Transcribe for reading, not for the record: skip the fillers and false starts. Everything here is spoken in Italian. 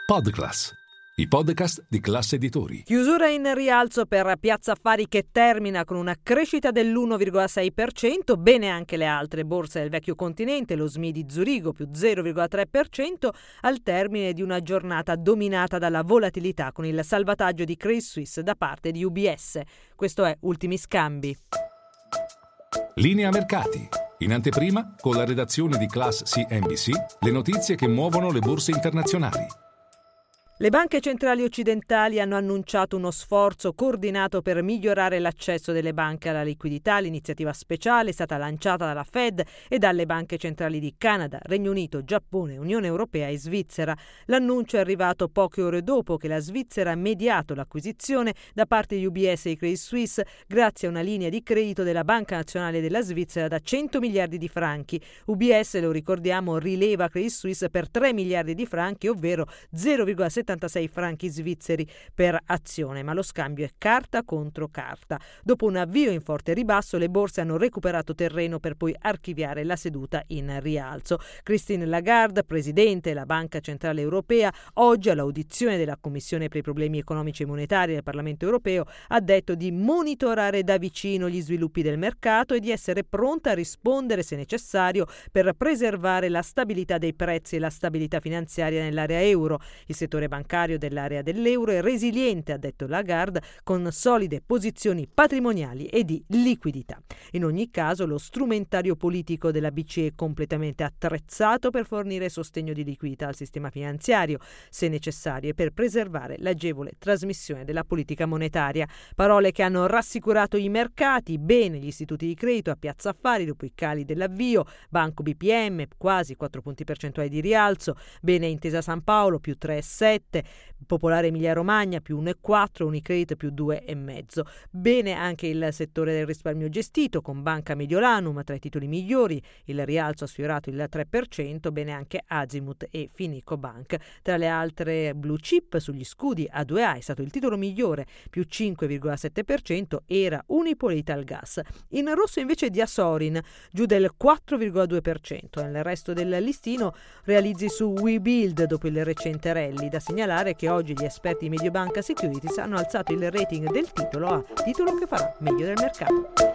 Podclass, i podcast di Class Editori. Chiusura in rialzo per Piazza Affari che termina con una crescita dell'1,6%, bene anche le altre borse del vecchio continente, lo SMI di Zurigo più 0,3% al termine di una giornata dominata dalla volatilità con il salvataggio di Credit Suisse da parte di UBS. Questo è Ultimi Scambi. Linea mercati. In anteprima, con la redazione di Class CNBC, le notizie che muovono le borse internazionali. Le banche centrali occidentali hanno annunciato uno sforzo coordinato per migliorare l'accesso delle banche alla liquidità. L'iniziativa speciale è stata lanciata dalla Fed e dalle banche centrali di Canada, Regno Unito, Giappone, Unione Europea e Svizzera. L'annuncio è arrivato poche ore dopo che la Svizzera ha mediato l'acquisizione da parte di UBS e Credit Suisse grazie a una linea di credito della Banca Nazionale della Svizzera da 100 miliardi di franchi. UBS, lo ricordiamo, rileva Credit Suisse per 3 miliardi di franchi, ovvero 0,76 franchi svizzeri per azione, ma lo scambio è carta contro carta. Dopo un avvio in forte ribasso, le borse hanno recuperato terreno per poi archiviare la seduta in rialzo. Christine Lagarde, presidente della Banca Centrale Europea, oggi all'audizione della Commissione per i problemi economici e monetari del Parlamento Europeo ha detto di monitorare da vicino gli sviluppi del mercato e di essere pronta a rispondere se necessario per preservare la stabilità dei prezzi e la stabilità finanziaria nell'area euro. Il settore bancario dell'area dell'euro è resiliente, ha detto Lagarde, con solide posizioni patrimoniali e di liquidità. In ogni caso, lo strumentario politico della BCE è completamente attrezzato per fornire sostegno di liquidità al sistema finanziario, se necessario, e per preservare l'agevole trasmissione della politica monetaria. Parole che hanno rassicurato i mercati. Bene gli istituti di credito a Piazza Affari dopo i cali dell'avvio, Banco BPM quasi 4 punti percentuali di rialzo, bene Intesa Sanpaolo più 3,7%, Popolare Emilia Romagna più 1,4%, Unicredit più 2,5%. Bene anche il settore del risparmio gestito con Banca Mediolanum tra i titoli migliori, il rialzo ha sfiorato il 3%, bene anche Azimut e Finecobank. Tra le altre blue chip sugli scudi A2A è stato il titolo migliore, più 5,7%, era Unipol Italgas. In rosso invece Diasorin, giù del 4,2%. Nel resto del listino realizzi su WeBuild dopo il recente rally. Da segnalare che oggi gli esperti di Mediobanca Securities hanno alzato il rating del titolo a titolo che farà meglio del mercato.